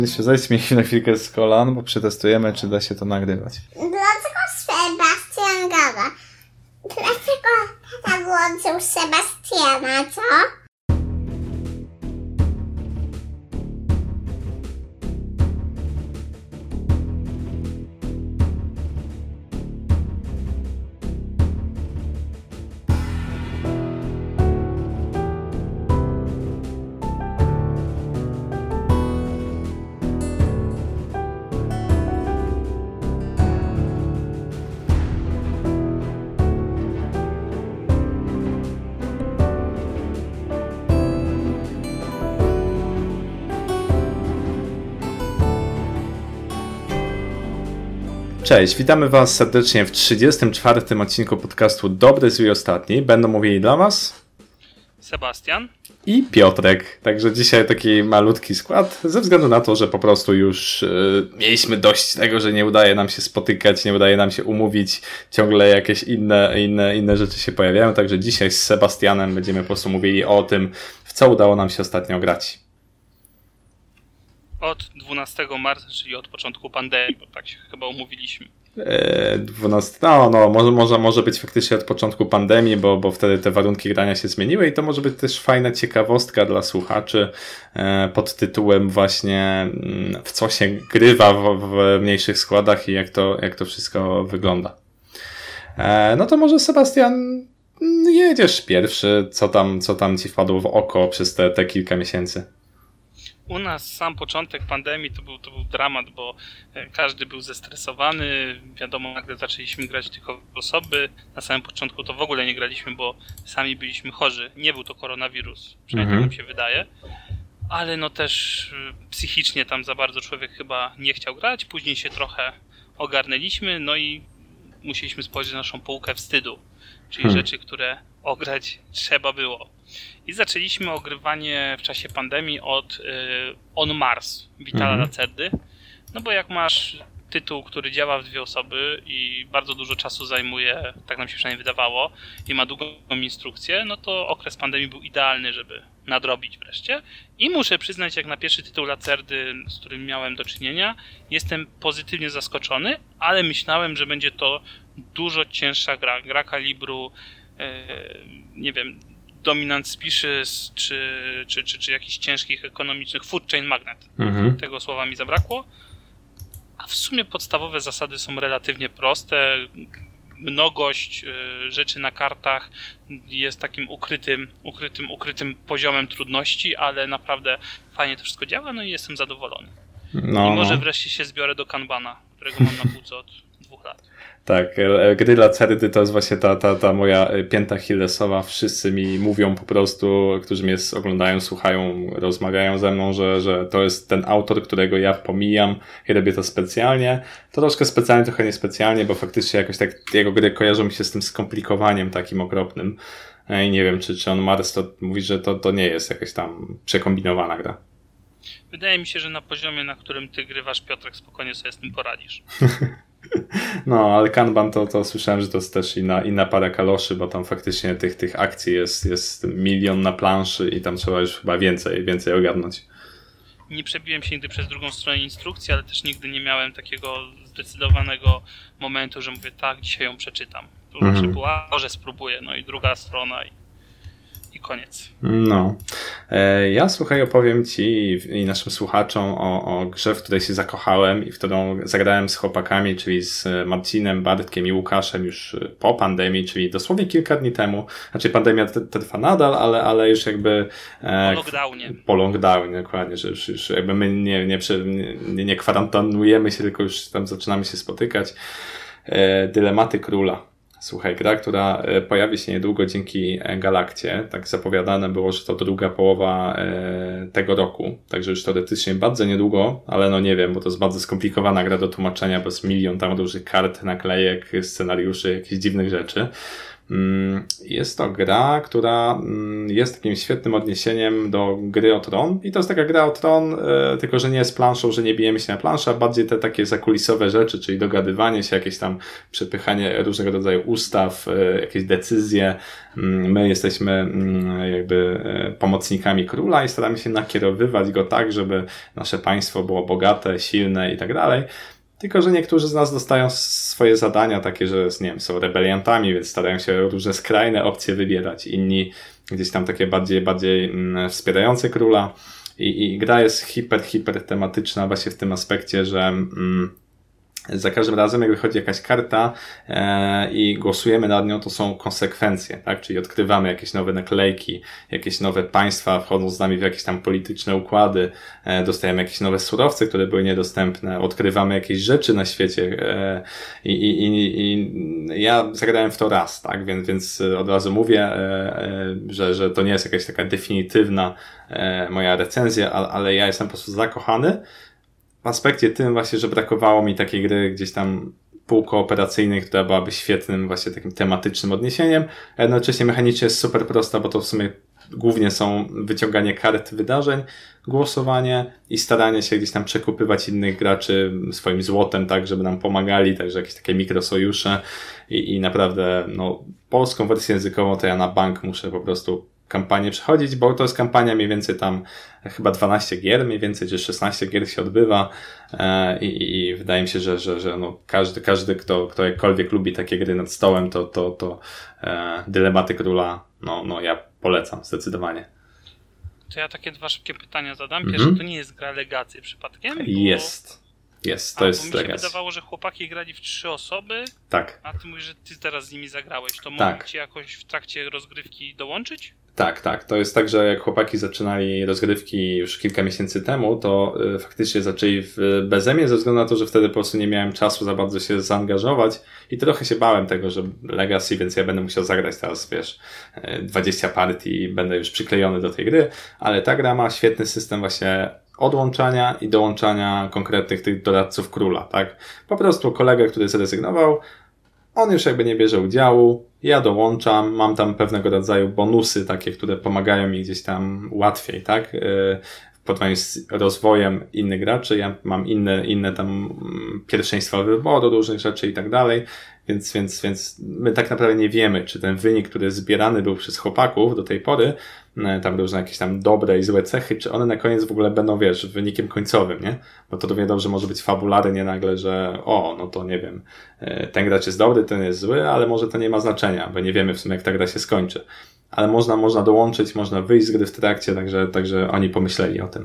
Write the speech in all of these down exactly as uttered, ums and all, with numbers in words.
Zejdź mi na chwilkę z kolan, bo przetestujemy, czy da się to nagrywać. Dlaczego Sebastian gada? Dlaczego tata włączył Sebastiana, co? Cześć, witamy Was serdecznie w trzydziestym czwartym odcinku podcastu Dobry, Zły, Ostatni. Będą mówili dla Was Sebastian i Piotrek. Także dzisiaj taki malutki skład, ze względu na to, że po prostu już yy, mieliśmy dość tego, że nie udaje nam się spotykać, nie udaje nam się umówić, ciągle jakieś inne, inne, inne rzeczy się pojawiają. Także dzisiaj z Sebastianem będziemy po prostu mówili o tym, w co udało nam się ostatnio grać. Od dwunastego marca, czyli od początku pandemii, bo tak się chyba umówiliśmy. dwunastego No, no może, może, może być faktycznie od początku pandemii, bo, bo wtedy te warunki grania się zmieniły i to może być też fajna ciekawostka dla słuchaczy e, pod tytułem właśnie w co się grywa w, w mniejszych składach i jak to, jak to wszystko wygląda. E, no to może Sebastian, jedziesz pierwszy, co tam, co tam ci wpadło w oko przez te, te kilka miesięcy? U nas sam początek pandemii to był, to był dramat, bo każdy był zestresowany. Wiadomo, nagle zaczęliśmy grać tylko osoby. Na samym początku to w ogóle nie graliśmy, bo sami byliśmy chorzy. Nie był to koronawirus, przynajmniej Mhm. nam się wydaje. Ale no też psychicznie tam za bardzo człowiek chyba nie chciał grać. Później się trochę ogarnęliśmy, no i musieliśmy spojrzeć na naszą półkę wstydu. Czyli Hmm. rzeczy, które ograć trzeba było. I zaczęliśmy ogrywanie w czasie pandemii od y, On Mars Vitala Mhm. Lacerdy. No bo jak masz tytuł, który działa w dwie osoby i bardzo dużo czasu zajmuje, tak nam się przynajmniej wydawało, i ma długą instrukcję, no to okres pandemii był idealny, żeby nadrobić wreszcie. I muszę przyznać, jak na pierwszy tytuł Lacerdy, z którym miałem do czynienia, jestem pozytywnie zaskoczony, ale myślałem, że będzie to dużo cięższa gra. Gra kalibru, yy, nie wiem, Dominant Species, czy, czy, czy, czy jakichś ciężkich ekonomicznych Food Chain Magnet. Mhm. Tego słowa mi zabrakło. A w sumie podstawowe zasady są relatywnie proste. Mnogość y, rzeczy na kartach jest takim ukrytym, ukrytym, ukrytym poziomem trudności, ale naprawdę fajnie to wszystko działa, no i jestem zadowolony. No, I może no. wreszcie się zbiorę do Kanbana, którego mam na półce od dwóch lat. Tak, gry Lacerdy to jest właśnie ta, ta, ta moja pięta achillesowa. Wszyscy mi mówią po prostu, którzy mnie oglądają, słuchają, rozmawiają ze mną, że, że to jest ten autor, którego ja pomijam i robię to specjalnie. To troszkę specjalnie, trochę niespecjalnie, bo faktycznie jakoś tak jego gry kojarzą mi się z tym skomplikowaniem takim okropnym. I nie wiem, czy, czy on Mars to mówi, że to, to nie jest jakaś tam przekombinowana gra. Wydaje mi się, że na poziomie, na którym ty grywasz, Piotrek, spokojnie sobie z tym poradzisz. No, ale Kanban to, to słyszałem, że to jest też inna, inna para kaloszy, bo tam faktycznie tych, tych akcji jest, jest milion na planszy i tam trzeba już chyba więcej, więcej ogarnąć. Nie przebiłem się nigdy przez drugą stronę instrukcji, ale też nigdy nie miałem takiego zdecydowanego momentu, że mówię, tak, dzisiaj ją przeczytam. To Mhm. zawsze była, może spróbuję, no i druga strona i, i koniec. No. E, ja słuchaj, opowiem ci i naszym słuchaczom o, o grze, w której się zakochałem i w którą zagrałem z chłopakami, czyli z Marcinem, Bartkiem i Łukaszem już po pandemii, czyli dosłownie kilka dni temu. Znaczy pandemia t- trwa nadal, ale, ale już jakby... E, Po lockdownie. Po lockdownie, dokładnie, że już, już jakby my nie, nie, prze, nie, nie kwarantannujemy się, tylko już tam zaczynamy się spotykać. E, Dylematy Króla. Słuchaj, gra, która pojawi się niedługo dzięki Galakcie. Tak zapowiadane było, że to druga połowa e, tego roku. Także już teoretycznie bardzo niedługo, ale no nie wiem, bo to jest bardzo skomplikowana gra do tłumaczenia, bo jest milion tam różnych kart, naklejek, scenariuszy, jakichś dziwnych rzeczy. Jest to gra, która jest takim świetnym odniesieniem do gry o Tron i to jest taka gra o Tron, tylko że nie z planszą, że nie bijemy się na planszę, a bardziej te takie zakulisowe rzeczy, czyli dogadywanie się, jakieś tam przepychanie różnego rodzaju ustaw, jakieś decyzje. My jesteśmy jakby pomocnikami króla i staramy się nakierowywać go tak, żeby nasze państwo było bogate, silne i tak dalej. Tylko że niektórzy z nas dostają swoje zadania takie, że nie wiem, są rebeliantami, więc starają się różne skrajne opcje wybierać. Inni gdzieś tam takie bardziej, bardziej mm, wspierające króla. I, i gra jest hiper, hiper tematyczna właśnie w tym aspekcie, że mm, za każdym razem, jak wychodzi jakaś karta e, i głosujemy nad nią, to są konsekwencje, tak? Czyli odkrywamy jakieś nowe naklejki, jakieś nowe państwa wchodzą z nami w jakieś tam polityczne układy, e, dostajemy jakieś nowe surowce, które były niedostępne, odkrywamy jakieś rzeczy na świecie e, i, i, i, i ja zagrałem w to raz, tak? Więc, więc od razu mówię, e, e, że, że to nie jest jakaś taka definitywna e, moja recenzja, ale, ale ja jestem po prostu zakochany w aspekcie tym właśnie, że brakowało mi takiej gry gdzieś tam półkooperacyjnej, która byłaby świetnym właśnie takim tematycznym odniesieniem, a jednocześnie mechanicznie jest super prosta, bo to w sumie głównie są wyciąganie kart wydarzeń, głosowanie i staranie się gdzieś tam przekupywać innych graczy swoim złotem, tak, żeby nam pomagali, także jakieś takie mikrosojusze i, i naprawdę, no, polską wersję językową to ja na bank muszę po prostu kampanię przechodzić, bo to jest kampania mniej więcej tam chyba dwanaście gier, mniej więcej, czy szesnaście gier się odbywa e, i, i wydaje mi się, że, że, że no każdy, każdy kto, kto jakkolwiek lubi takie gry nad stołem, to, to, to e, Dylematy Króla, no, no ja polecam zdecydowanie. To ja takie dwa szybkie pytania zadam. Mhm. Pierwsze, to nie jest gra Legacy przypadkiem? Bo... Jest. Jest, to a, jest bo mi się Legacy. wydawało, że chłopaki grali w trzy osoby, Tak. a ty mówisz, że ty teraz z nimi zagrałeś. To Tak. mogli ci jakoś w trakcie rozgrywki dołączyć? Tak, tak. To jest tak, że jak chłopaki zaczynali rozgrywki już kilka miesięcy temu, to y, faktycznie zaczęli w bezemie ze względu na to, że wtedy po prostu nie miałem czasu za bardzo się zaangażować i trochę się bałem tego, że Legacy, więc ja będę musiał zagrać teraz, wiesz, dwadzieścia partii i będę już przyklejony do tej gry, ale ta gra ma świetny system właśnie odłączania i dołączania konkretnych tych doradców króla, tak? Po prostu kolega, który zrezygnował, on już jakby nie bierze udziału, ja dołączam, mam tam pewnego rodzaju bonusy takie, które pomagają mi gdzieś tam łatwiej, tak? W porównaniu z rozwojem innych graczy, ja mam inne, inne tam pierwszeństwa wyboru, różnych rzeczy i tak dalej, więc, więc, więc my tak naprawdę nie wiemy, czy ten wynik, który zbierany był przez chłopaków do tej pory, tam różne jakieś tam dobre i złe cechy, czy one na koniec w ogóle będą, wiesz, wynikiem końcowym, nie? Bo to równie dobrze może być fabularnie nagle, że o, no to nie wiem, ten gracz jest dobry, ten jest zły, ale może to nie ma znaczenia, bo nie wiemy w sumie, jak ta gra się skończy. Ale można, można dołączyć, można wyjść z gry w trakcie, także, także oni pomyśleli o tym.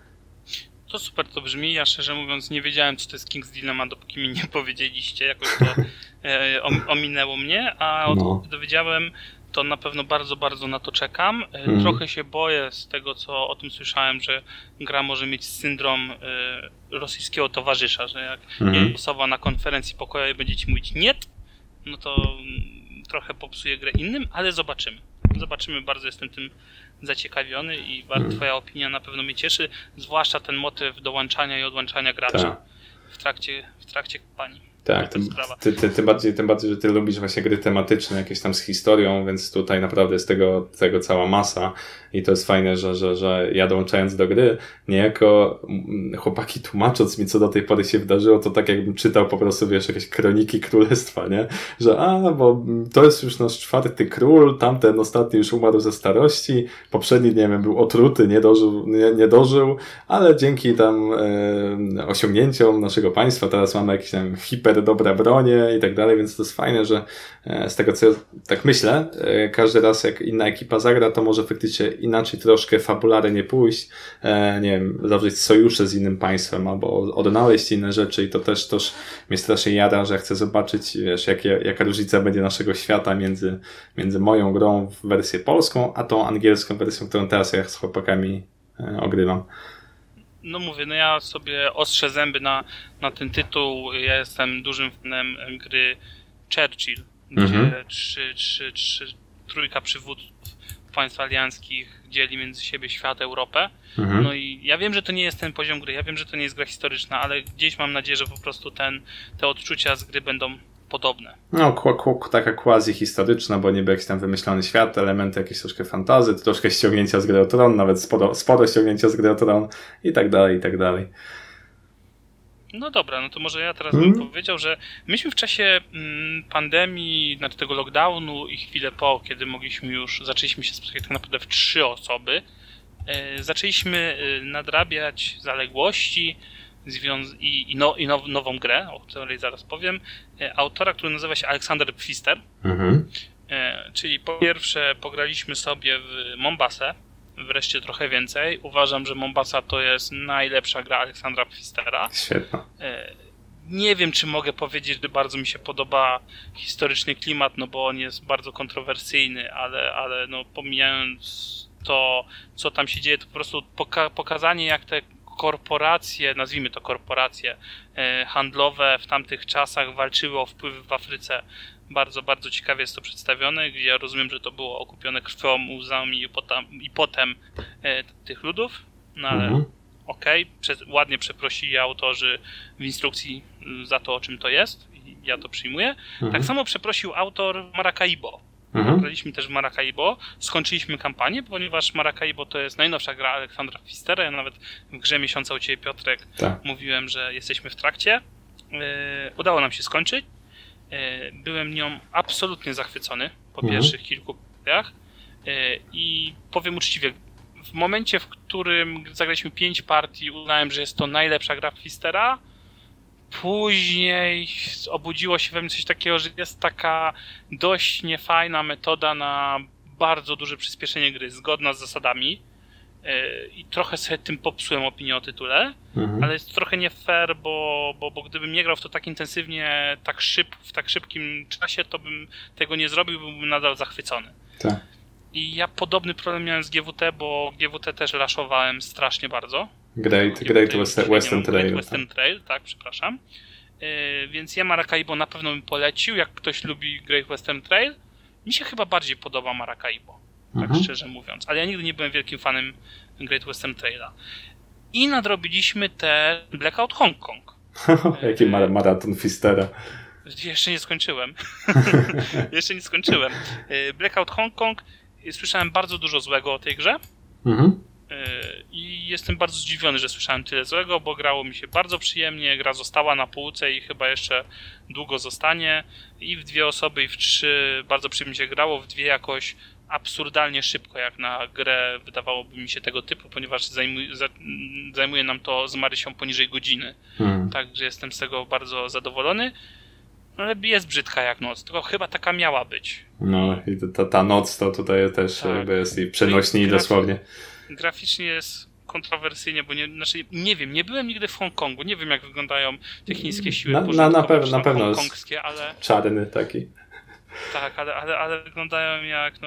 To super to brzmi. Ja szczerze mówiąc nie wiedziałem, co to jest King's Dilemma, dopóki mi nie powiedzieliście. Jakoś to e, ominęło mnie, a od No. dowiedziałem, to na pewno bardzo, bardzo na to czekam. E, Mhm. Trochę się boję z tego, co o tym słyszałem, że gra może mieć syndrom e, rosyjskiego towarzysza, że jak Mhm. jedna osoba na konferencji pokojowej będzie ci mówić nie, no to mm, trochę popsuje grę innym, ale zobaczymy. Zobaczymy, bardzo jestem tym zaciekawiony i bardzo Mhm. twoja opinia na pewno mnie cieszy, zwłaszcza ten motyw dołączania i odłączania graczy Tak. w trakcie, w trakcie kampanii. Tak, To tym, jest sprawa. ty, ty, tym, bardziej, tym bardziej, że ty lubisz właśnie gry tematyczne, jakieś tam z historią, więc tutaj naprawdę jest tego, tego cała masa i to jest fajne, że, że, że ja dołączając do gry, niejako mm, chłopaki tłumacząc mi, co do tej pory się wydarzyło, to tak jakbym czytał po prostu, wiesz, jakieś kroniki królestwa, nie? Że a, bo to jest już nasz czwarty król, tamten ostatni już umarł ze starości, poprzedni, nie wiem, był otruty, nie dożył, nie, nie dożył, ale dzięki tam e, osiągnięciom naszego państwa teraz mamy jakieś tam hiper dobre bronie i tak dalej, więc to jest fajne, że z tego co ja tak myślę, każdy raz jak inna ekipa zagra, to może faktycznie inaczej troszkę fabularnie pójść, nie wiem, zawrzeć sojusze z innym państwem albo odnaleźć inne rzeczy i to też, też mnie strasznie jada, że chcę zobaczyć, wiesz, jakie, jaka różnica będzie naszego świata między, między moją grą w wersję polską, a tą angielską wersją, którą teraz ja z chłopakami ogrywam. No mówię, no ja sobie ostrzę zęby na, na ten tytuł. Ja jestem dużym fanem gry Churchill, gdzie Mhm. trzy, trzy, trzy, trójka przywódców państw alianckich dzieli między siebie świat, Europę. Mhm. No i ja wiem, że to nie jest ten poziom gry, ja wiem, że to nie jest gra historyczna, ale gdzieś mam nadzieję, że po prostu ten, te odczucia z gry będą podobne. No, ku, ku, taka quasi-historyczna, bo niby jakiś tam wymyślony świat, elementy jakieś troszkę fantazy, troszkę ściągnięcia z Gry o Tron, nawet sporo, sporo ściągnięcia z Gry o Tron i tak dalej, i tak dalej. No dobra, no to może ja teraz Hmm. bym powiedział, że myśmy w czasie mm, pandemii, znaczy tego lockdownu i chwilę po, kiedy mogliśmy już, zaczęliśmy się spotkać tak naprawdę w trzy osoby, e, zaczęliśmy e, nadrabiać zaległości związ- i, i, no, i now, nową grę, o której zaraz powiem, e, autora, który nazywa się Aleksander Pfister. Mhm. E, czyli po pierwsze pograliśmy sobie w Mombasę, wreszcie trochę więcej. Uważam, że Mombasa to jest najlepsza gra Aleksandra Pfistera. Świetna. E, nie wiem, czy mogę powiedzieć, że bardzo mi się podoba historyczny klimat, no bo on jest bardzo kontrowersyjny, ale, ale no pomijając to, co tam się dzieje, to po prostu poka- pokazanie, jak te korporacje, nazwijmy to korporacje e, handlowe w tamtych czasach walczyły o wpływy w Afryce. Bardzo, bardzo ciekawie jest to przedstawione, gdzie ja rozumiem, że to było okupione krwią, łzami i potem, i potem e, tych ludów, no ale Mhm. okej, okay, ładnie przeprosili autorzy w instrukcji za to, o czym to jest i ja to przyjmuję. Mhm. Tak samo przeprosił autor Maracaibo. Mhm. Graliśmy też w Maracaibo, skończyliśmy kampanię, ponieważ Maracaibo to jest najnowsza gra Aleksandra Pfistera. Ja nawet w grze miesiąca u Ciebie, Piotrek, Tak. mówiłem, że jesteśmy w trakcie. Yy, udało nam się skończyć. Yy, byłem nią absolutnie zachwycony po Mhm. pierwszych kilku partiach yy, i powiem uczciwie, w momencie, w którym zagraliśmy pięć partii, uznałem, że jest to najlepsza gra Pfistera. Później obudziło się we mnie coś takiego, że jest taka dość niefajna metoda na bardzo duże przyspieszenie gry, zgodna z zasadami. Yy, I trochę sobie tym popsułem opinię o tytule, Mhm. ale jest trochę nie fair, bo, bo, bo gdybym nie grał w to tak intensywnie, tak szyb, w tak szybkim czasie, to bym tego nie zrobił, byłbym nadal zachwycony. Tak. I ja podobny problem miałem z G W T, bo G W T też laszowałem strasznie bardzo. Great, G W T Great już Western, nie Western mam. Great Trail. Western Trail, tak, przepraszam. Yy, więc ja Maracaibo na pewno bym polecił, jak ktoś lubi Great Western Trail. Mi się chyba bardziej podoba Maracaibo, tak Mhm. szczerze mówiąc. Ale ja nigdy nie byłem wielkim fanem Great Western Traila. I nadrobiliśmy te Blackout Hong Kong. Jaki mar- maraton Pfistera. Jeszcze nie skończyłem. Jeszcze nie skończyłem. Yy, Blackout Hong Kong. Yy, Słyszałem bardzo dużo złego o tej grze. Mhm. I jestem bardzo zdziwiony, że słyszałem tyle złego, bo grało mi się bardzo przyjemnie, gra została na półce i chyba jeszcze długo zostanie. I w dwie osoby, i w trzy bardzo przyjemnie się grało, w dwie jakoś absurdalnie szybko, jak na grę wydawałoby mi się tego typu, ponieważ zajmuje, zajmuje nam to z Marysią poniżej godziny. Mhm. Także jestem z tego bardzo zadowolony. Ale jest brzydka jak noc, tylko chyba taka miała być. No i ta, ta noc to tutaj też Tak. jakby jest i przenośni No i graf- dosłownie. Graficznie jest kontrowersyjnie, bo nie, znaczy nie wiem, nie byłem nigdy w Hongkongu, nie wiem jak wyglądają te chińskie siły Na- na- na porządkowe, pewno- czy na tam pewno jest- hongkongskie, ale Czarny taki. tak, ale, ale, ale wyglądają jak no,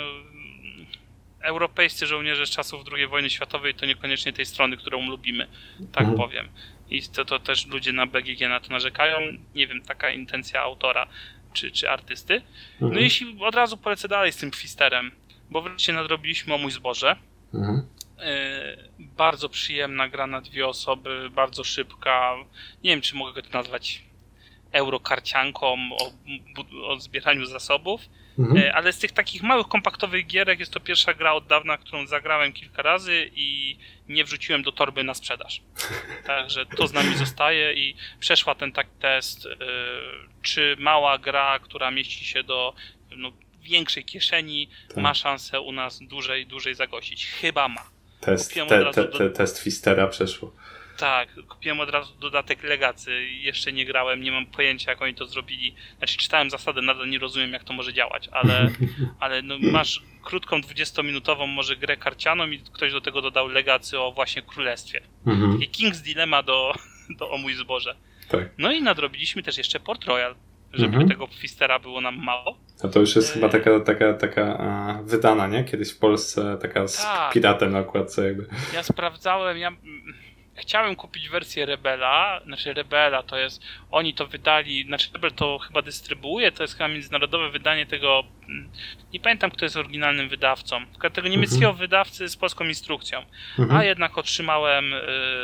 europejscy żołnierze z czasów drugiej wojny światowej, to niekoniecznie tej strony, którą lubimy, tak Mhm. powiem. I to, to też ludzie na B G G na to narzekają, nie wiem, taka intencja autora czy, czy artysty. No Mhm. jeśli od razu polecę dalej z tym Pfisterem, bo wreszcie nadrobiliśmy O mój zboże. Mhm. Yy, bardzo przyjemna gra na dwie osoby, bardzo szybka. Nie wiem, czy mogę to nazwać eurokarcianką o, bu- o zbieraniu zasobów, Mhm. yy, ale z tych takich małych, kompaktowych gierek jest to pierwsza gra od dawna, którą zagrałem kilka razy i nie wrzuciłem do torby na sprzedaż. Także to z nami zostaje i przeszła ten taki test, yy, czy mała gra, która mieści się do no, większej kieszeni, Tak. ma szansę u nas dłużej, dłużej zagościć. Chyba ma. Test, kupiłem te, od razu te, do- te, test Pfistera przeszło. Tak, kupiłem od razu dodatek Legacy. Jeszcze nie grałem, nie mam pojęcia, jak oni to zrobili. Znaczy, czytałem zasady, nadal nie rozumiem, jak to może działać, ale, ale no, masz krótką, dwudziestominutową może grę karcianą i ktoś do tego dodał Legacy o właśnie królestwie. Mhm. Takie King's Dilemma do, do O mój zboże. Tak. No i nadrobiliśmy też jeszcze Port Royal, żeby Mhm. tego Pfistera było nam mało. A to już jest Eee. chyba taka, taka, taka a, wydana, nie? Kiedyś w Polsce taka z Tak. piratem na okładce jakby. Ja sprawdzałem, ja... chciałem kupić wersję Rebela, znaczy Rebela to jest, oni to wydali, znaczy Rebel to chyba dystrybuuje, to jest chyba międzynarodowe wydanie tego, nie pamiętam kto jest oryginalnym wydawcą, tego niemieckiego mhm. wydawcy z polską instrukcją, mhm. a jednak otrzymałem y,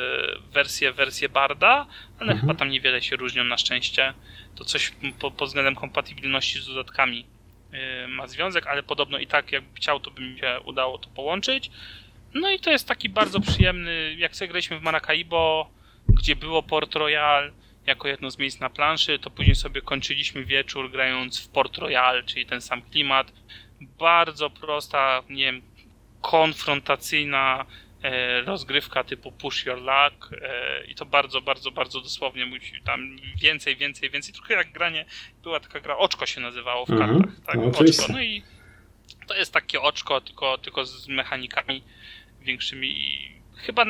wersję, wersję Barda, ale mhm. chyba tam niewiele się różnią na szczęście, to coś po, pod względem kompatybilności z dodatkami y, ma związek, ale podobno i tak jakbym chciał, to by mi się udało to połączyć. No i to jest taki bardzo przyjemny, jak sobie graliśmy w Maracaibo, gdzie było Port Royal jako jedno z miejsc na planszy, to później sobie kończyliśmy wieczór grając w Port Royal, czyli ten sam klimat. Bardzo prosta, nie wiem, konfrontacyjna e, rozgrywka typu push your luck e, i to bardzo, bardzo, bardzo dosłownie musi tam więcej, więcej, więcej. Trochę jak granie, była taka gra, Oczko się nazywało w kartach. Mm-hmm. Tak, no, Oczko. No i to jest takie oczko, tylko, tylko z mechanikami większymi i chyba,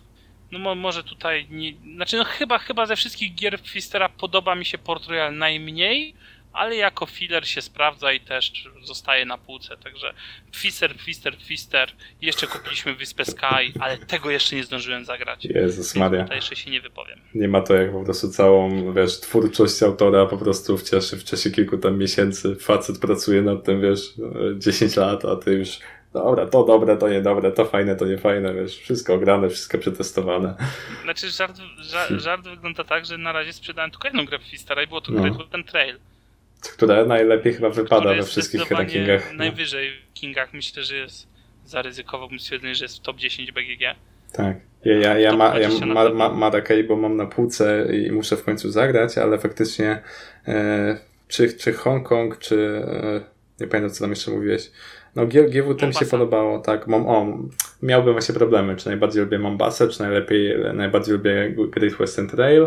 no mo, może tutaj, nie, znaczy no chyba, chyba ze wszystkich gier Pfistera podoba mi się Port Royal najmniej, ale jako filler się sprawdza i też zostaje na półce, także Pfister, Pfister, Pfister, jeszcze kupiliśmy Wyspę Sky, ale tego jeszcze nie zdążyłem zagrać. Jezus Maria. Tutaj jeszcze się nie wypowiem. Nie ma to jak po prostu całą, wiesz, twórczość autora po prostu w czasie, w czasie kilku tam miesięcy facet pracuje nad tym, wiesz, dziesięć lat, a ty już dobra, to dobre, to niedobre, to fajne, to niefajne, wiesz, wszystko grane, wszystko przetestowane. Znaczy żart, żart, żart wygląda tak, że na razie sprzedałem tylko jedną grę Pfistera i było to no. ten Trail. Która najlepiej chyba wypada we wszystkich rankingach. Najwyżej w rankingach. Myślę, że jest zaryzykowałbym stwierdzenie, że jest w top dziesięć B G G. Tak. Ja, ja, ja, ma, ja ma, ma, Maracaibo mam na półce i muszę w końcu zagrać, ale faktycznie e, czy, czy Hongkong, czy e, nie pamiętam co tam jeszcze mówiłeś. No G W T mi się podobało, tak. Mam, o, miałbym właśnie problemy, czy najbardziej lubię Mombasę, czy najlepiej, najbardziej lubię Great Western Trail.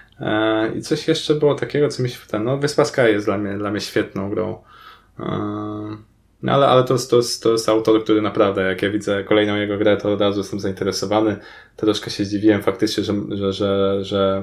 I coś jeszcze było takiego, co mi się wydaje. No, Wyspa Sky jest dla mnie, dla mnie świetną grą. No, ale, ale to, jest, to, jest, to jest autor, który naprawdę, jak ja widzę kolejną jego grę, to od razu jestem zainteresowany. Troszkę się zdziwiłem faktycznie, że, że, że, że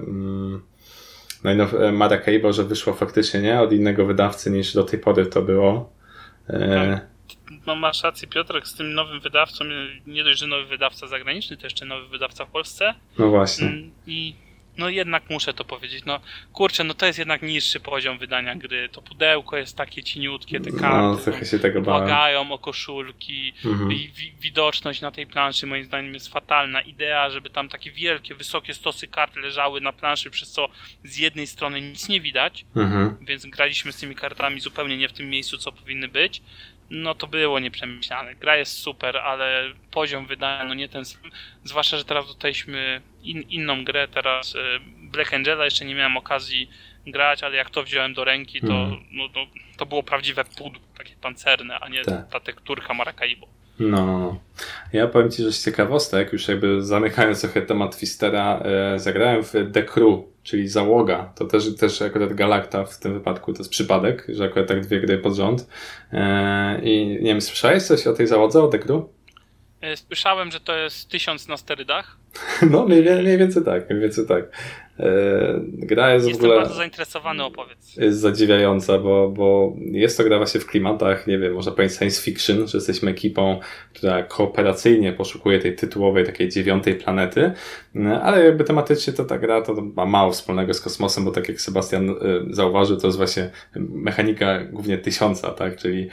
no i no, Maracaibo, że wyszło faktycznie nie od innego wydawcy niż do tej pory to było. Tak. No masz rację, Piotrek, z tym nowym wydawcą, nie dość, że nowy wydawca zagraniczny, to jeszcze nowy wydawca w Polsce. No właśnie. I no jednak muszę to powiedzieć, no kurczę, no to jest jednak niższy poziom wydania gry, to pudełko jest takie cieniutkie, te karty no, trochę się tego błagają o koszulki mhm. i wi- widoczność na tej planszy moim zdaniem jest fatalna, idea, żeby tam takie wielkie, wysokie stosy kart leżały na planszy, przez co z jednej strony nic nie widać, mhm. więc graliśmy z tymi kartami zupełnie nie w tym miejscu, co powinny być. No to było nieprzemyślane. Gra jest super, ale poziom wydania no nie ten sam. Zwłaszcza, że teraz dostaliśmy in, inną grę, teraz Black Angela, jeszcze nie miałem okazji grać, ale jak to wziąłem do ręki, to, mm. no, to, to było prawdziwe pudło, takie pancerne, a nie tak. ta tekturka Maracaibo. No, no, no. Ja powiem Ci, że z ciekawostek, już jakby zamykając trochę temat Pfistera, e, zagrałem w The Crew, czyli Załoga. To też, też akurat Galacta w tym wypadku, to jest przypadek, że akurat tak dwie gry pod rząd. E, I nie wiem, słyszałeś coś o tej Załodze, o The Crew? Słyszałem, że to jest tysiąc na sterydach. No, mniej, mniej więcej tak, mniej więcej tak. E, gra jest Jestem w ogóle... bardzo zainteresowany, opowiedz. Jest zadziwiająca, bo, bo jest to gra właśnie w klimatach, nie wiem, można powiedzieć science fiction, że jesteśmy ekipą, która kooperacyjnie poszukuje tej tytułowej, takiej dziewiątej planety, ale jakby tematycznie to ta gra to ma mało wspólnego z kosmosem, bo tak jak Sebastian zauważył, to jest właśnie mechanika głównie tysiąca, tak, czyli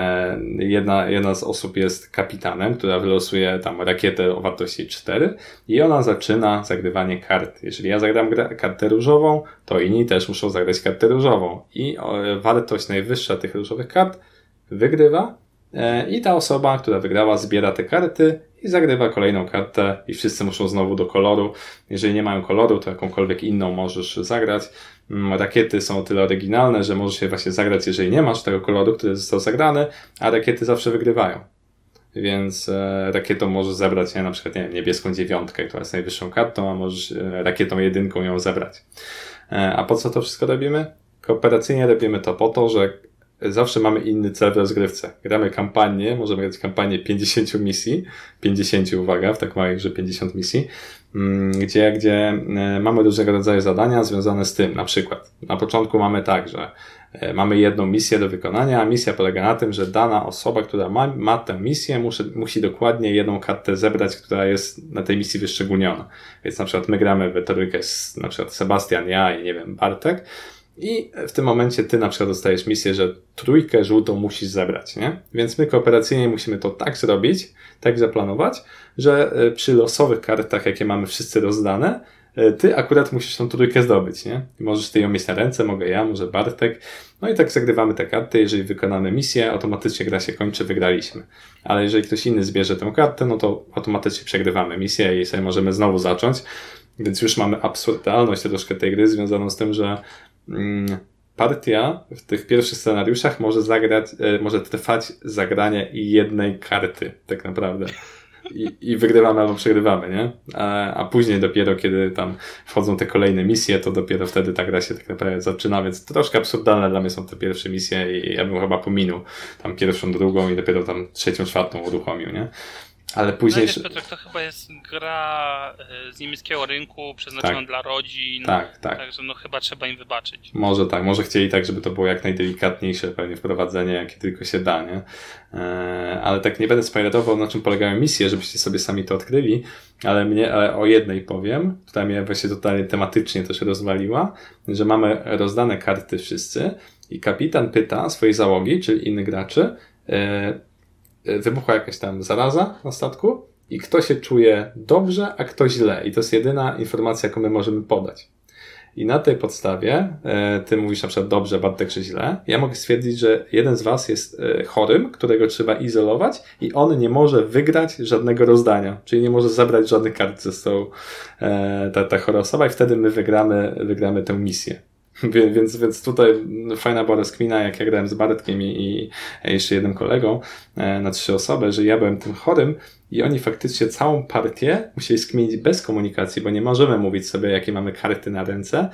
jedna, jedna z osób jest kapitanem, która wylosuje tam rakietę o wartości cztery i ona zaczyna zagrywanie kart. Jeżeli ja zagram grę, kartę różową, to inni też muszą zagrać kartę różową i wartość najwyższa tych różowych kart wygrywa i ta osoba, która wygrała, zbiera te karty i zagrywa kolejną kartę i wszyscy muszą znowu do koloru. Jeżeli nie mają koloru, to jakąkolwiek inną możesz zagrać. Rakiety są o tyle oryginalne, że możesz je właśnie zagrać, jeżeli nie masz tego koloru, który został zagrany, a rakiety zawsze wygrywają. Więc e, rakietą możesz zebrać, nie, na przykład nie wiem, niebieską dziewiątkę, która jest najwyższą kartą, a możesz e, rakietą jedynką ją zebrać. E, a po co to wszystko robimy? Kooperacyjnie robimy to po to, że zawsze mamy inny cel w rozgrywce. Gramy kampanię, możemy grać kampanię pięćdziesiąt misji, pięćdziesiąt, uwaga, w tak małej grze pięćdziesiąt misji, gdzie, gdzie mamy różnego rodzaju zadania związane z tym. Na przykład na początku mamy tak, że mamy jedną misję do wykonania, a misja polega na tym, że dana osoba, która ma, ma tę misję, musi, musi dokładnie jedną kartę zebrać, która jest na tej misji wyszczególniona. Więc na przykład my gramy we trójkę z na przykład Sebastian, ja i nie wiem, Bartek, i w tym momencie ty na przykład dostajesz misję, że trójkę żółtą musisz zebrać, nie? Więc my kooperacyjnie musimy to tak zrobić, tak zaplanować, że przy losowych kartach, jakie mamy wszyscy rozdane, ty akurat musisz tą trójkę zdobyć, nie? Możesz ty ją mieć na ręce, mogę ja, może Bartek. No i tak zagrywamy te karty, jeżeli wykonamy misję, automatycznie gra się kończy, wygraliśmy. Ale jeżeli ktoś inny zbierze tę kartę, no to automatycznie przegrywamy misję i sobie możemy znowu zacząć. Więc już mamy absurdalność troszkę tej gry związaną z tym, że mm, partia w tych pierwszych scenariuszach może zagrać, e, może trwać zagranie jednej karty, tak naprawdę. I, i wygrywamy albo przegrywamy, nie? A, a później dopiero, kiedy tam wchodzą te kolejne misje, to dopiero wtedy ta gra się tak naprawdę zaczyna, więc troszkę absurdalne dla mnie są te pierwsze misje i ja bym chyba pominął tam pierwszą, drugą i dopiero tam trzecią, czwartą uruchomił, nie? Ale później... No wiesz, Piotrek, to chyba jest gra z niemieckiego rynku, przeznaczona tak. dla rodzin. Tak, tak. Także no chyba trzeba im wybaczyć. Może tak, może chcieli tak, żeby to było jak najdelikatniejsze pewnie wprowadzenie, jakie tylko się da, nie? Eee, ale tak nie będę spoilerował, na czym polegają misje, żebyście sobie sami to odkryli, ale mnie, ale o jednej powiem, która mnie właśnie totalnie tematycznie też rozwaliła, że mamy rozdane karty wszyscy i kapitan pyta swojej załogi, czyli innych graczy, eee, wybuchła jakaś tam zaraza na statku i kto się czuje dobrze, a kto źle. I to jest jedyna informacja, jaką my możemy podać. I na tej podstawie e, ty mówisz na przykład dobrze, Bartek, czy źle. Ja mogę stwierdzić, że jeden z was jest e, chorym, którego trzeba izolować i on nie może wygrać żadnego rozdania. Czyli nie może zabrać żadnych kart ze stołu e, ta, ta chora osoba i wtedy my wygramy, wygramy tę misję. Więc, więc tutaj fajna była rozkmina, jak ja grałem z Bartkiem i, i jeszcze jednym kolegą e, na trzy osoby, że ja byłem tym chorym i oni faktycznie całą partię musieli skminić bez komunikacji, bo nie możemy mówić sobie, jakie mamy karty na ręce.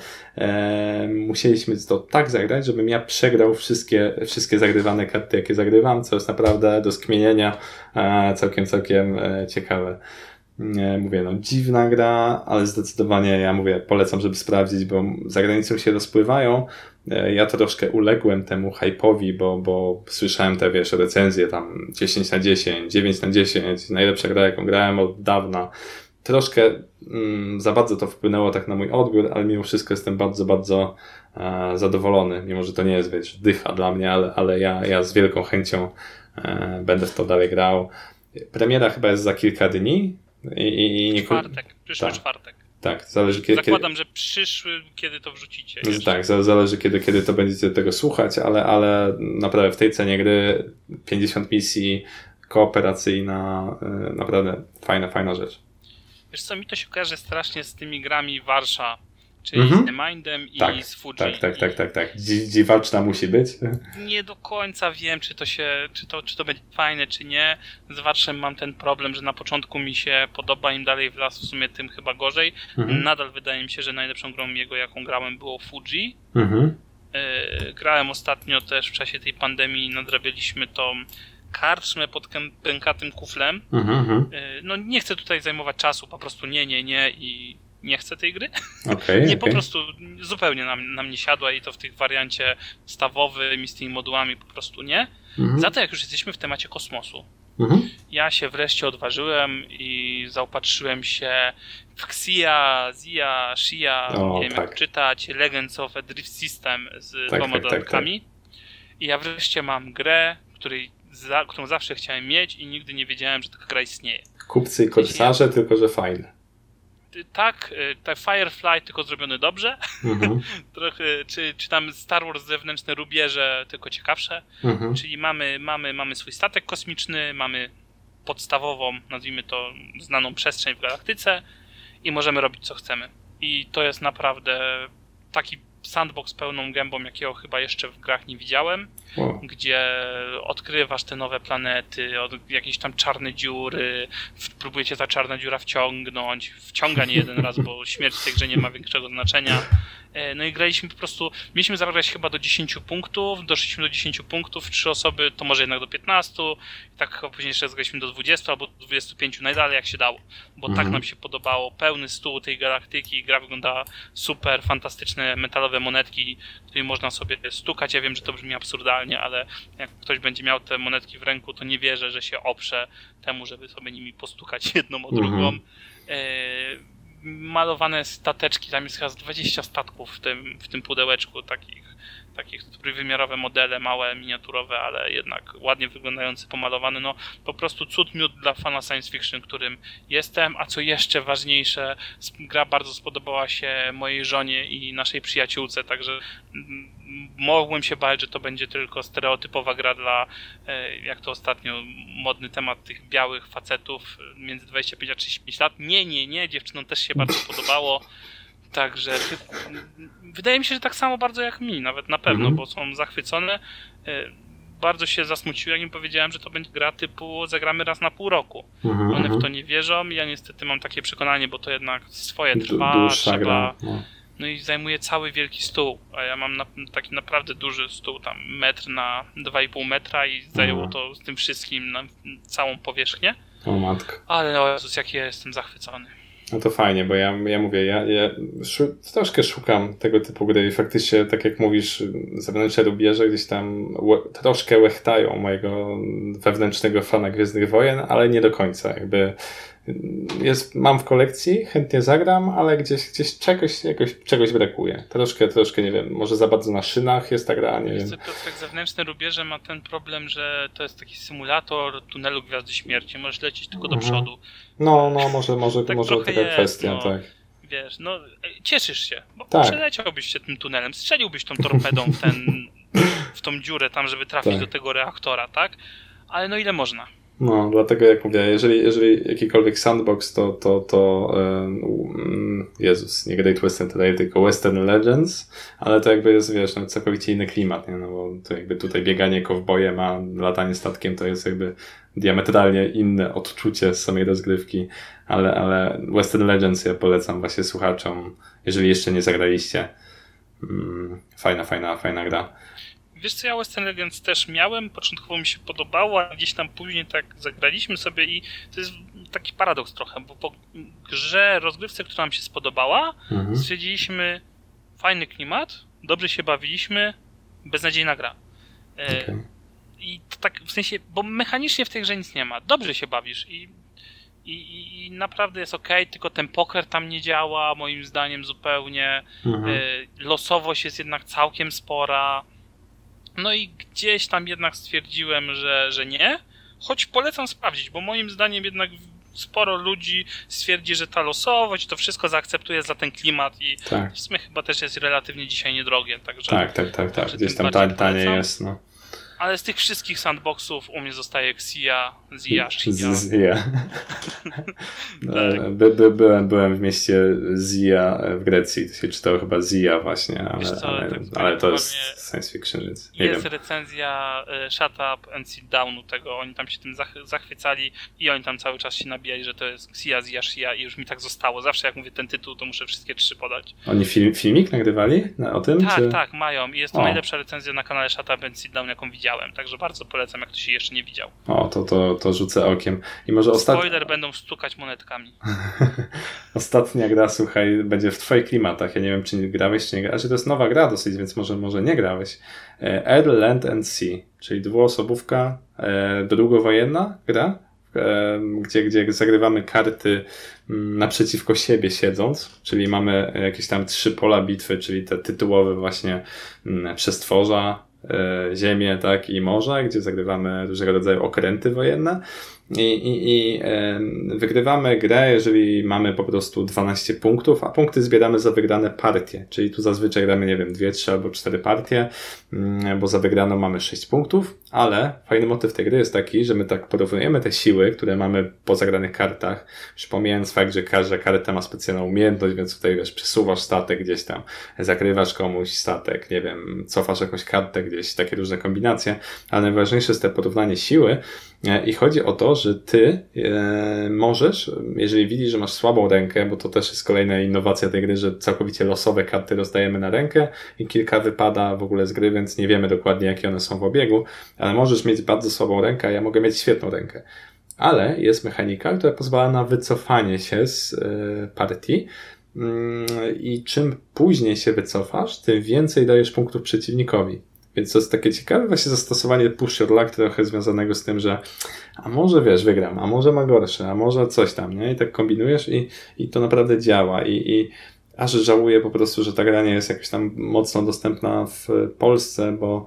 E, musieliśmy to tak zagrać, żebym ja przegrał wszystkie, wszystkie zagrywane karty, jakie zagrywam, co jest naprawdę do skminienia e, całkiem, całkiem e, ciekawe. Nie, mówię, no dziwna gra, ale zdecydowanie ja mówię, polecam, żeby sprawdzić, bo za granicą się rozpływają. Ja troszkę uległem temu hype'owi, bo, bo słyszałem te, wiesz, recenzje tam dziesięć na dziesięć, dziewięć na dziesięć, najlepsza gra, jaką grałem od dawna. Troszkę mm, za bardzo to wpłynęło tak na mój odbiór, ale mimo wszystko jestem bardzo, bardzo e, zadowolony, mimo że to nie jest, wiesz, dycha dla mnie, ale, ale ja, ja z wielką chęcią e, będę w to dalej grał. Premiera chyba jest za kilka dni. I, i, i nie... Czwartek, przyszły tak, czwartek. Tak, zależy kiedy... Zakładam, kiedy... że przyszły, kiedy to wrzucicie. Jeszcze. Tak, zależy kiedy, kiedy to będziecie tego słuchać, ale, ale naprawdę w tej cenie gry pięćdziesiąt misji, kooperacyjna, naprawdę fajna, fajna rzecz. Wiesz co, mi to się kojarzy strasznie z tymi grami Warsza, czyli mhm. z Nemindem i tak, z Fuji. Tak, tak, tak, tak, tak. Dziwaczna musi być. Nie do końca wiem, czy to się, czy to, czy to będzie fajne, czy nie. Z Warszem mam ten problem, że na początku mi się podoba, im dalej w las w sumie tym chyba gorzej. Mhm. Nadal wydaje mi się, że najlepszą grą jego, jaką grałem, było Fuji. Mhm. Yy, grałem ostatnio też w czasie tej pandemii, nadrabialiśmy tą karczmę pod pękatym kuflem. Mhm. Yy, no nie chcę tutaj zajmować czasu, po prostu nie, nie, nie i nie chcę tej gry. Okay, nie, okay. Po prostu zupełnie nam, nam nie siadła i to w tych wariancie stawowym i z tymi modułami po prostu nie. Mhm. Za to jak już jesteśmy w temacie kosmosu. Mhm. Ja się wreszcie odważyłem i zaopatrzyłem się w Xia, Zia, Shia, o, nie wiem tak. jak czytać, Legends of a Drift System z tak, dwoma tak, dodatkami. Tak, tak. I ja wreszcie mam grę, której za, którą zawsze chciałem mieć i nigdy nie wiedziałem, że taka gra istnieje. Kupcy i korsarze, tylko że fajne. Tak, tak, Firefly tylko zrobione dobrze. Mhm. Trochę, czy, czy tam Star Wars zewnętrzne rubieże tylko ciekawsze. Mhm. Czyli mamy, mamy, mamy swój statek kosmiczny, mamy podstawową, nazwijmy to, znaną przestrzeń w galaktyce i możemy robić co chcemy. I to jest naprawdę taki sandbox pełną gębą, jakiego chyba jeszcze w grach nie widziałem. wow. gdzie odkrywasz te nowe planety, od, jakieś tam czarne dziury, w, próbujecie ta czarna dziura wciągnąć, wciąga nie jeden raz, bo śmierć w tej grze nie ma większego znaczenia. No i graliśmy po prostu, mieliśmy zagrać chyba do dziesięciu punktów, doszliśmy do dziesięciu punktów, trzy osoby, to może jednak do piętnastu, i tak później jeszcze zagraliśmy do dwudziestu albo do dwudziestu pięciu, najdalej jak się dało, bo mhm. tak nam się podobało, pełny stół tej galaktyki, gra wyglądała super, fantastyczne metalowe monetki, którymi można sobie stukać, ja wiem, że to brzmi absurdalnie, ale jak ktoś będzie miał te monetki w ręku, to nie wierzę, że się oprze temu, żeby sobie nimi postukać jedną o drugą. Mhm. E- malowane stateczki, tam jest chyba z dwadzieścia statków w tym, w tym pudełeczku, takich, takich trójwymiarowe modele, małe, miniaturowe, ale jednak ładnie wyglądające, pomalowane, no po prostu cud miód dla fana science fiction, którym jestem, a co jeszcze ważniejsze, gra bardzo spodobała się mojej żonie i naszej przyjaciółce, także mogłem się bać, że to będzie tylko stereotypowa gra dla, jak to ostatnio modny temat tych białych facetów między dwudziestu pięciu a trzydziestu pięciu lat. Nie, nie, nie, dziewczynom też się bardzo podobało. Także ty, wydaje mi się, że tak samo bardzo jak mi, nawet na pewno, mm-hmm. bo są zachwycone. Bardzo się zasmuciłem, jak im powiedziałem, że to będzie gra typu zagramy raz na pół roku. Mm-hmm. One w to nie wierzą. Ja niestety mam takie przekonanie, bo to jednak swoje trwa, Dłuższa trzeba... gra. No. No i zajmuje cały wielki stół, a ja mam na, taki naprawdę duży stół, tam metr na dwa i pół metra i zajęło mm. to z tym wszystkim na całą powierzchnię. O matko. Ale o Jezus, jak ja jestem zachwycony. No to fajnie, bo ja, ja mówię, ja, ja szu- troszkę szukam tego typu gry i faktycznie, tak jak mówisz, zewnętrzne rubieże gdzieś tam łe- troszkę łechtają mojego wewnętrznego fana Gwiezdnych Wojen, ale nie do końca. Jakby jest, mam w kolekcji, chętnie zagram, ale gdzieś, gdzieś czegoś, jakoś, czegoś brakuje. Troszkę, troszkę, nie wiem, może za bardzo na szynach jest ta gra, nie Wiesz, wiem. co, Piotrek, zewnętrzne rubieże ma ten problem, że to jest taki symulator tunelu Gwiazdy Śmierci. Możesz lecieć tylko do Mhm. przodu. No, no, może, może, tak może taka jest, kwestia, no. tak. Wiesz, no cieszysz się, bo Tak. przeleciałbyś się tym tunelem, strzeliłbyś tą torpedą w, ten, w tą dziurę tam, żeby trafić Tak. do tego reaktora, tak? Ale no ile można? No, dlatego jak mówię, jeżeli, jeżeli jakikolwiek sandbox, to, to, to um, Jezus, nie Great Western Trail, tylko Western Legends, ale to jakby jest, wiesz, no, całkowicie inny klimat, nie? No bo to jakby tutaj bieganie kowbojem, a latanie statkiem to jest jakby diametralnie inne odczucie z samej rozgrywki, ale, ale Western Legends ja polecam właśnie słuchaczom, jeżeli jeszcze nie zagraliście. Mm, fajna, fajna, fajna gra. Wiesz co, ja Western Legends też miałem, początkowo mi się podobało, a gdzieś tam później tak zagraliśmy sobie i to jest taki paradoks trochę, bo po grze, rozgrywce, która nam się spodobała, mhm. stwierdziliśmy fajny klimat, dobrze się bawiliśmy, beznadziejna gra. Okay. I to tak w sensie, bo mechanicznie w tej grze nic nie ma, dobrze się bawisz i I, i naprawdę jest okej, okay, tylko ten poker tam nie działa, moim zdaniem zupełnie. Mhm. Losowość jest jednak całkiem spora. No i gdzieś tam jednak stwierdziłem, że, że nie, choć polecam sprawdzić, bo moim zdaniem jednak sporo ludzi stwierdzi, że ta losowość to wszystko zaakceptuje za ten klimat i tak. w sumie chyba też jest relatywnie dzisiaj niedrogie. Także, tak, tak, tak, tak. Gdzieś tam taniej tanie jest, no. Ale z tych wszystkich sandboxów u mnie zostaje Xia, Zia, Shia. Zia. By, by, byłem, byłem w mieście Zia w Grecji, to się czytało chyba Zia właśnie, ale, co, ale, tak ale to jest science fiction, więc nie jest wiem. recenzja y, Shut Up and Sit Downu tego, oni tam się tym zach- zachwycali i oni tam cały czas się nabijali, że to jest Xia, Zia, Shia i już mi tak zostało. Zawsze jak mówię ten tytuł, to muszę wszystkie trzy podać. Oni film, filmik nagrywali o tym? Tak, czy? tak, mają i jest to o. najlepsza recenzja na kanale Shut Up and Sit Down, jaką widziałem, także bardzo polecam, jak ktoś się jeszcze nie widział. O, to, to, to rzucę okiem. I może ostat... Spoiler, będą stukać monetkami. Ostatnia gra, słuchaj, będzie w twoich klimatach. Ja nie wiem, czy nie grałeś, czy nie grałeś. To jest nowa gra dosyć, więc może, może nie grałeś. Air, Land and Sea, czyli dwuosobówka, e, drugowojenna gra, e, gdzie, gdzie zagrywamy karty m, naprzeciwko siebie siedząc, czyli mamy jakieś tam trzy pola bitwy, czyli te tytułowe właśnie m, przestworza, ziemię, tak, i morze, gdzie zagrywamy różnego rodzaju okręty wojenne i, i, i e, wygrywamy grę, jeżeli mamy po prostu dwanaście punktów, a punkty zbieramy za wygrane partie, czyli tu zazwyczaj gramy, nie wiem, dwie, trzy albo cztery partie, mm, bo za wygraną mamy sześć punktów, ale fajny motyw tej gry jest taki, że my tak porównujemy te siły, które mamy po zagranych kartach, już pomijając fakt, że każda karta ma specjalną umiejętność, więc tutaj wiesz, przesuwasz statek gdzieś tam, zakrywasz komuś statek, nie wiem, cofasz jakąś kartę gdzieś, takie różne kombinacje, ale najważniejsze jest to porównanie siły i chodzi o to, że ty e, możesz, jeżeli widzisz, że masz słabą rękę, bo to też jest kolejna innowacja tej gry, że całkowicie losowe karty rozdajemy na rękę i kilka wypada w ogóle z gry, więc nie wiemy dokładnie, jakie one są w obiegu, ale możesz mieć bardzo słabą rękę, a ja mogę mieć świetną rękę. Ale jest mechanika, która pozwala na wycofanie się z e, partii mm, i czym później się wycofasz, tym więcej dajesz punktów przeciwnikowi. Więc to jest takie ciekawe właśnie zastosowanie push your luck, trochę związanego z tym, że a może wiesz, wygram, a może ma gorsze, a może coś tam, nie? I tak kombinujesz i, i to naprawdę działa. I, i aż żałuję po prostu, że ta gra nie jest jakoś tam mocno dostępna w Polsce, bo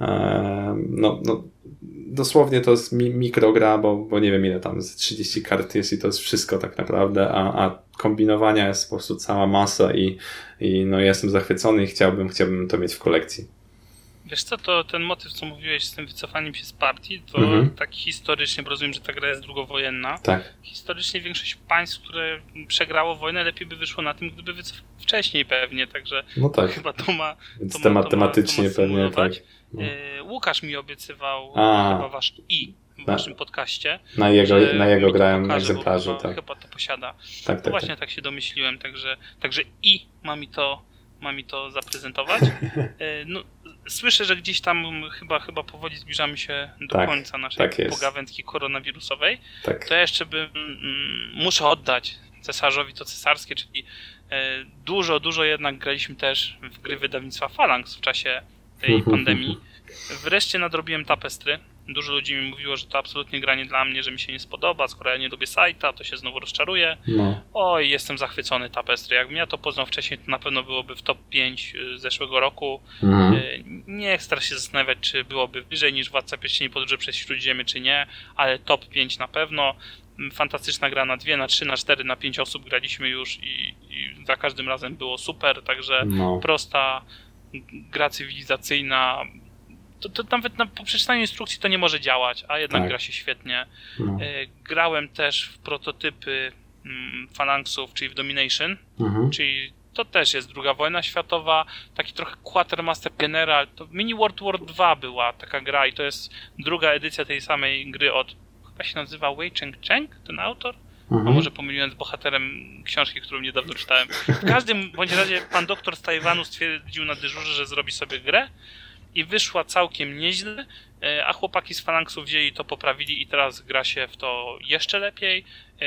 e, no, no dosłownie to jest mi, mikrogra, bo, bo nie wiem ile tam, z trzydzieści kart jest i to jest wszystko tak naprawdę, a, a kombinowania jest po prostu cała masa i, i no jestem zachwycony i chciałbym, chciałbym to mieć w kolekcji. Wiesz co, to ten motyw, co mówiłeś z tym wycofaniem się z partii, to mhm. tak historycznie, bo rozumiem, że ta gra jest drugowojenna. Tak. Historycznie większość państw, które przegrało wojnę, lepiej by wyszło na tym, gdyby wycofać wcześniej pewnie, także no tak. chyba to ma Więc to ma, temat, to tematycznie ma, to ma pewnie tak. No. E, Łukasz mi obiecywał A. chyba wasz i w waszym podcaście. Na jego, na jego grałem egzemplarzu, chyba, tak. Chyba to posiada. Tak, no tak, właśnie tak. tak się domyśliłem, także, także i ma mi to ma mi to zaprezentować. No, słyszę, że gdzieś tam chyba, chyba powoli zbliżamy się do tak, końca naszej tak pogawędki koronawirusowej. Tak. To ja jeszcze bym, mm, muszę oddać cesarzowi to cesarskie, czyli e, dużo, dużo jednak graliśmy też w gry wydawnictwa Phalanx w czasie tej pandemii. Wreszcie nadrobiłem Tapestry. Dużo ludzi mi mówiło, że to absolutnie granie dla mnie, że mi się nie spodoba, skoro ja nie lubię Sajta, to się znowu rozczaruję. No. Oj, jestem zachwycony Tapestry. Jakbym ja to poznał wcześniej, to na pewno byłoby w top pięć zeszłego roku. Mhm. Nie chcę się zastanawiać, czy byłoby wyżej niż Władca Pierścieni Podróże przez Śródziemie, czy nie, ale top pięć na pewno. Fantastyczna gra na dwie, na trzy, na cztery, na pięć osób graliśmy już i, i za każdym razem było super, także no. Prosta gra cywilizacyjna. To, to nawet na, po przeczytaniu instrukcji to nie może działać, a jednak tak. Gra się świetnie. No. E, grałem też w prototypy mm, Phalanxów, czyli w Domination, mhm. czyli to też jest druga wojna światowa, taki trochę Quartermaster General, to Mini World War dwa była taka gra i to jest druga edycja tej samej gry od, chyba się nazywa Wei Cheng-Cheng, ten autor? Mhm. A może pomyliłem z bohaterem książki, którą niedawno czytałem. W każdym bądź razie pan doktor z Tajwanu stwierdził na dyżurze, że zrobi sobie grę i wyszła całkiem nieźle, a chłopaki z Phalanxu wzięli to, poprawili i teraz gra się w to jeszcze lepiej.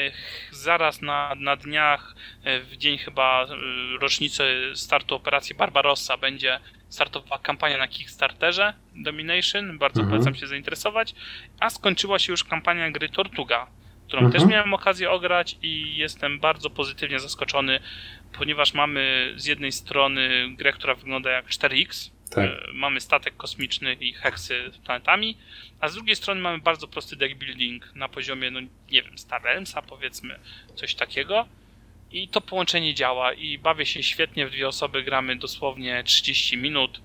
Zaraz na, na dniach, w dzień chyba rocznicy startu operacji Barbarossa, będzie startowała kampania na Kickstarterze Domination, bardzo mhm. polecam się zainteresować, a skończyła się już kampania gry Tortuga, którą mhm. też miałem okazję ograć i jestem bardzo pozytywnie zaskoczony, ponieważ mamy z jednej strony grę, która wygląda jak cztery X, tak. Mamy statek kosmiczny i heksy z planetami, a z drugiej strony mamy bardzo prosty deck building na poziomie, no nie wiem, Star Realmsa powiedzmy, coś takiego i to połączenie działa i bawię się świetnie, w dwie osoby gramy dosłownie trzydzieści minut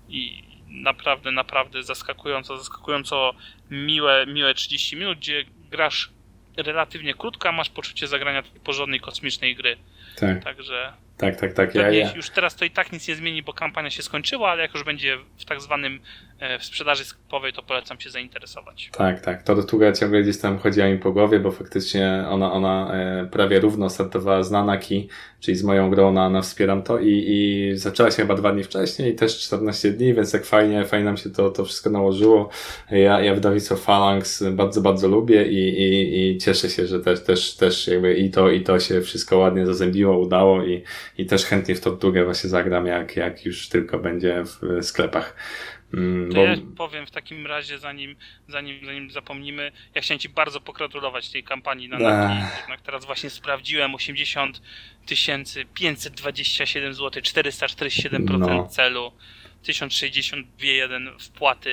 i naprawdę, naprawdę zaskakująco, zaskakująco miłe, miłe trzydzieści minut, gdzie grasz relatywnie krótko, a masz poczucie zagrania porządnej kosmicznej gry. Tak. Także tak, tak, tak. Ja, ja. Już teraz to i tak nic nie zmieni, bo kampania się skończyła, ale jak już będzie w tak zwanym e, w sprzedaży sklepowej, to polecam się zainteresować. Tak, tak. To Tortuga ciągle gdzieś tam chodziła mi po głowie, bo faktycznie ona, ona e, prawie równo startowała z Nanaki, czyli z moją grą na, na Wspieram to i, i zaczęła się chyba dwa dni wcześniej, też czternaście dni, więc tak fajnie, fajnie nam się to, to wszystko nałożyło. Ja, ja wydawnictwo Phalanx bardzo, bardzo lubię i, i, i cieszę się, że też, też, też jakby i to, i to się wszystko ładnie zazębiło, udało i, i też chętnie w Tortugę właśnie zagram, jak, jak już tylko będzie w sklepach. Mm, to bo... ja powiem w takim razie, zanim, zanim, zanim zapomnimy, ja chciałem Ci bardzo pogratulować tej kampanii na Naki. Jednak teraz właśnie sprawdziłem osiemdziesiąt tysięcy pięćset dwadzieścia siedem złotych, czterysta czterdzieści siedem procent no. celu, tysiąc sześćdziesiąt dwa przecinek jeden wpłaty.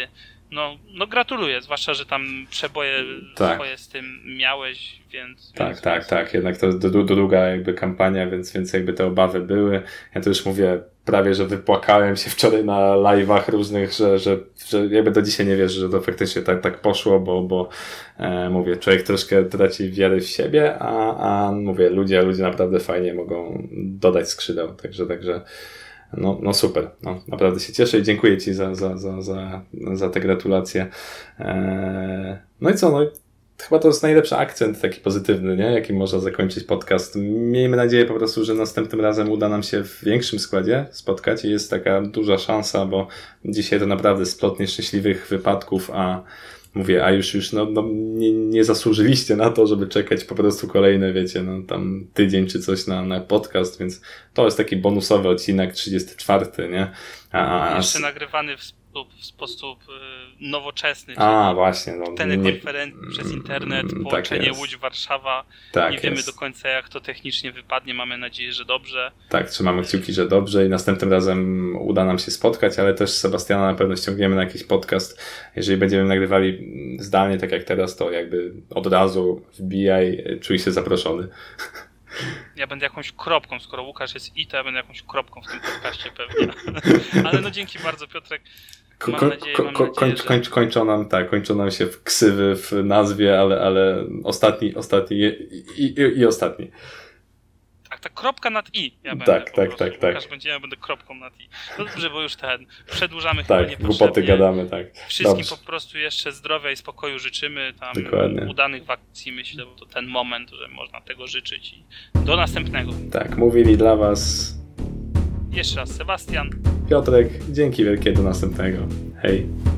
No, no gratuluję, zwłaszcza, że tam przeboje tak. swoje z tym miałeś, więc... Tak, więc, tak, więc... tak. Jednak to d- druga jakby kampania, więc, więc jakby te obawy były. Ja to już mówię, prawie, że wypłakałem się wczoraj na live'ach różnych, że, że, że jakby do dzisiaj nie wierzę, że to faktycznie tak, tak poszło, bo, bo e, mówię, człowiek troszkę traci wiary w siebie, a, a mówię, ludzie, ludzie naprawdę fajnie mogą dodać skrzydeł, także, także No, no super, no, naprawdę się cieszę i dziękuję Ci za, za, za, za, za te gratulacje. Eee, no i co, no chyba to jest najlepszy akcent taki pozytywny, nie? Jakim można zakończyć podcast. Miejmy nadzieję po prostu, że następnym razem uda nam się w większym składzie spotkać i jest taka duża szansa, bo dzisiaj to naprawdę splot nieszczęśliwych wypadków, a mówię, a już już no, no nie, nie zasłużyliście na to, żeby czekać po prostu kolejne, wiecie, no tam tydzień czy coś na, na podcast, więc to jest taki bonusowy odcinek trzydziesty czwarty, nie? A, a, Jeszcze nagrywany w sposób, w sposób yy, nowoczesny. A, właśnie. No, telekonferencji przez internet, połączenie tak Łódź-Warszawa. Tak nie wiemy jest. do końca, jak to technicznie wypadnie. Mamy nadzieję, że dobrze. Tak, trzymamy kciuki, że dobrze i następnym razem uda nam się spotkać, ale też Sebastiana na pewno ściągniemy na jakiś podcast. Jeżeli będziemy nagrywali zdalnie, tak jak teraz, to jakby od razu wbijaj, czuj się zaproszony. Ja będę jakąś kropką, skoro Łukasz jest i, to ja będę jakąś kropką w tym podcaście pewnie. Ale no dzięki bardzo, Piotrek. Mam Ko- nadzieję, ko- mam ko- nadzieję, kończ, że... kończ, kończą nam, tak, kończą nam się w ksywy w nazwie, ale, ale ostatni, ostatni i, i, i ostatni. Tak, ta kropka nad i. Ja będę Tak, po tak, prostu. tak, tak. Łukasz będzie, ja będę kropką nad i. No dobrze, bo już ten, przedłużamy chyba Tak, niepotrzebnie. głupoty gadamy, tak. Wszystkim Dobrze. po prostu jeszcze zdrowia i spokoju życzymy. Tam Dokładnie. udanych wakacji, myślę, bo to ten moment, że można tego życzyć. I do następnego. Tak, mówili dla Was Jeszcze raz Sebastian. Piotrek. Dzięki wielkie, do następnego. Hej.